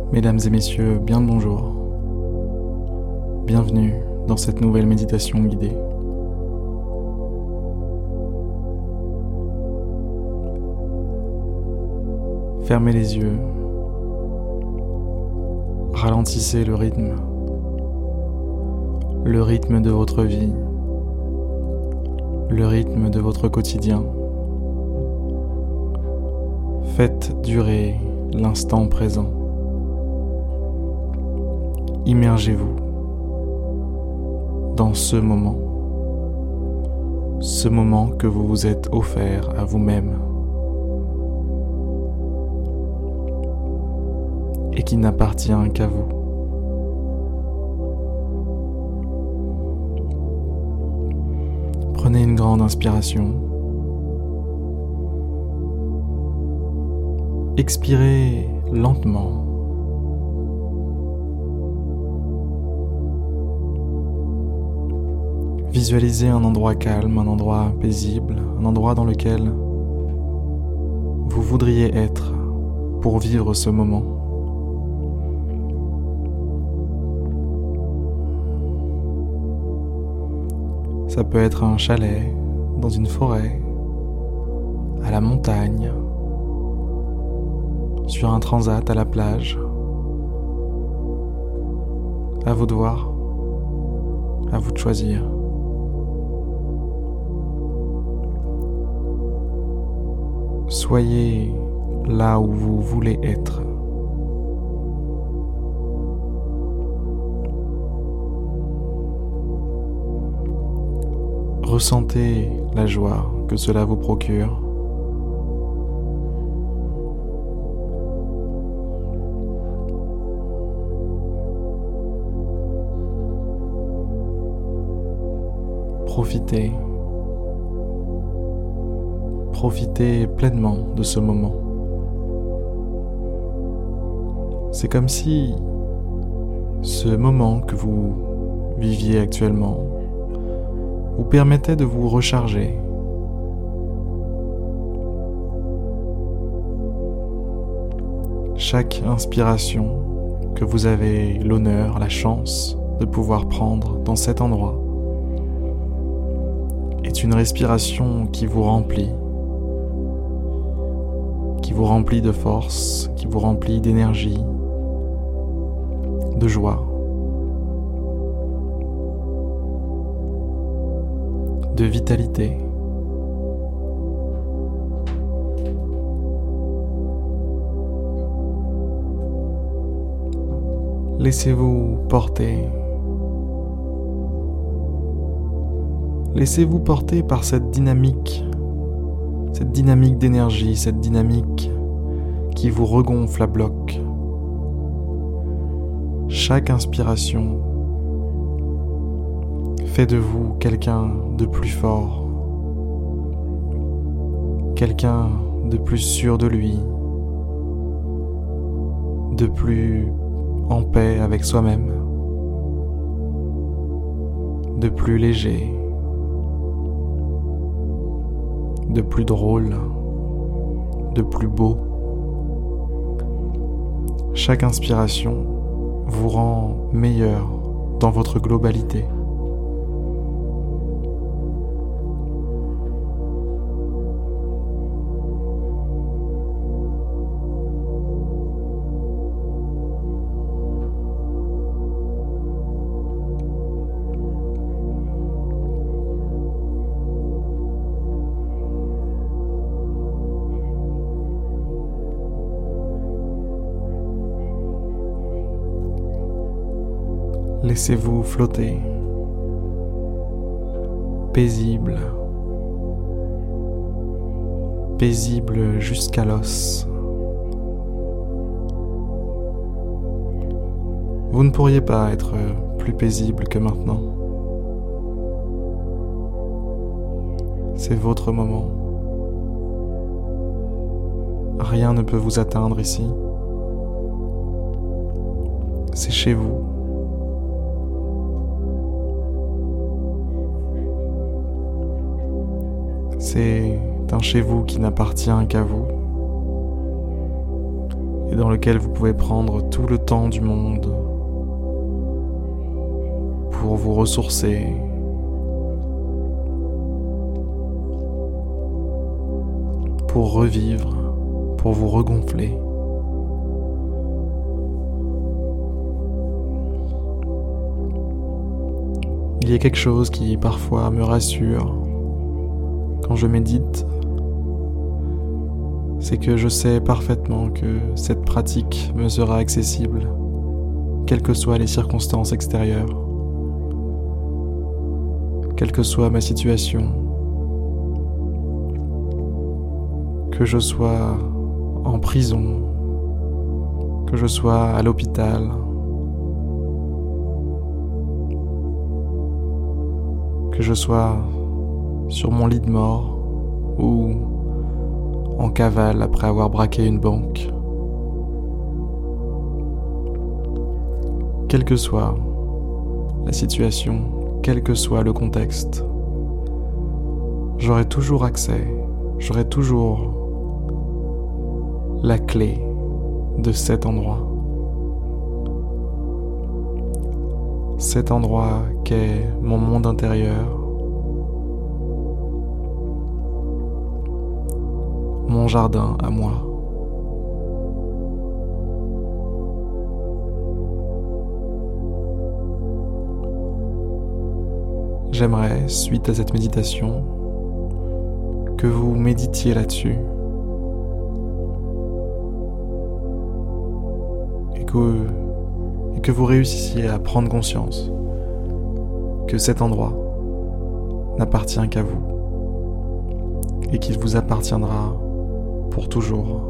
Mesdames et messieurs, bien le bonjour. Bienvenue dans cette nouvelle méditation guidée. Fermez les yeux. Ralentissez le rythme de votre vie, le rythme de votre quotidien. Faites durer l'instant présent. Immergez-vous dans ce moment que vous vous êtes offert à vous-même et qui n'appartient qu'à vous. Prenez une grande inspiration. Expirez lentement. Visualisez un endroit calme, un endroit paisible, un endroit dans lequel vous voudriez être pour vivre ce moment. Ça peut être un chalet, dans une forêt, à la montagne, sur un transat à la plage. À vous de voir, à vous de choisir. Soyez là où vous voulez être. Ressentez la joie que cela vous procure. Profitez pleinement de ce moment. C'est comme si ce moment que vous viviez actuellement vous permettait de vous recharger. Chaque inspiration que vous avez l'honneur, la chance de pouvoir prendre dans cet endroit est une respiration qui vous remplit de force, qui vous remplit d'énergie, de joie, de vitalité. Laissez-vous porter. Laissez-vous porter par cette dynamique d'énergie, cette dynamique qui vous regonfle à bloc. Chaque inspiration fait de vous quelqu'un de plus fort, quelqu'un de plus sûr de lui, de plus en paix avec soi-même, de plus léger, de plus drôle, de plus beau. Chaque inspiration vous rend meilleur dans votre globalité. Laissez-vous flotter, paisible jusqu'à l'os. Vous ne pourriez pas être plus paisible que maintenant. C'est votre moment. Rien ne peut vous atteindre ici. C'est chez vous. C'est un chez vous qui n'appartient qu'à vous. et dans lequel vous pouvez prendre tout le temps du monde pour vous ressourcer, pour revivre, pour vous regonfler. Il y a quelque chose qui parfois me rassure quand je médite, c'est que je sais parfaitement que cette pratique me sera accessible, quelles que soient les circonstances extérieures, quelle que soit ma situation, que je sois en prison, que je sois à l'hôpital, que je sois sur mon lit de mort ou en cavale après avoir braqué une banque. Quelle que soit la situation, quel que soit le contexte, j'aurai toujours accès, j'aurai toujours la clé de cet endroit. Cet endroit qu'est mon monde intérieur, mon jardin à moi. J'aimerais, suite à cette méditation, que vous méditiez là-dessus et que vous réussissiez à prendre conscience que cet endroit n'appartient qu'à vous et qu'il vous appartiendra pour toujours.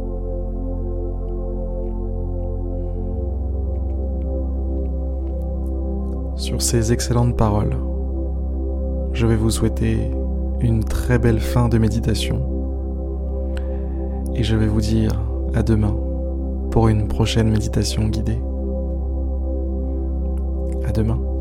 Sur ces excellentes paroles, je vais vous souhaiter une très belle fin de méditation et je vais vous dire à demain pour une prochaine méditation guidée. À demain.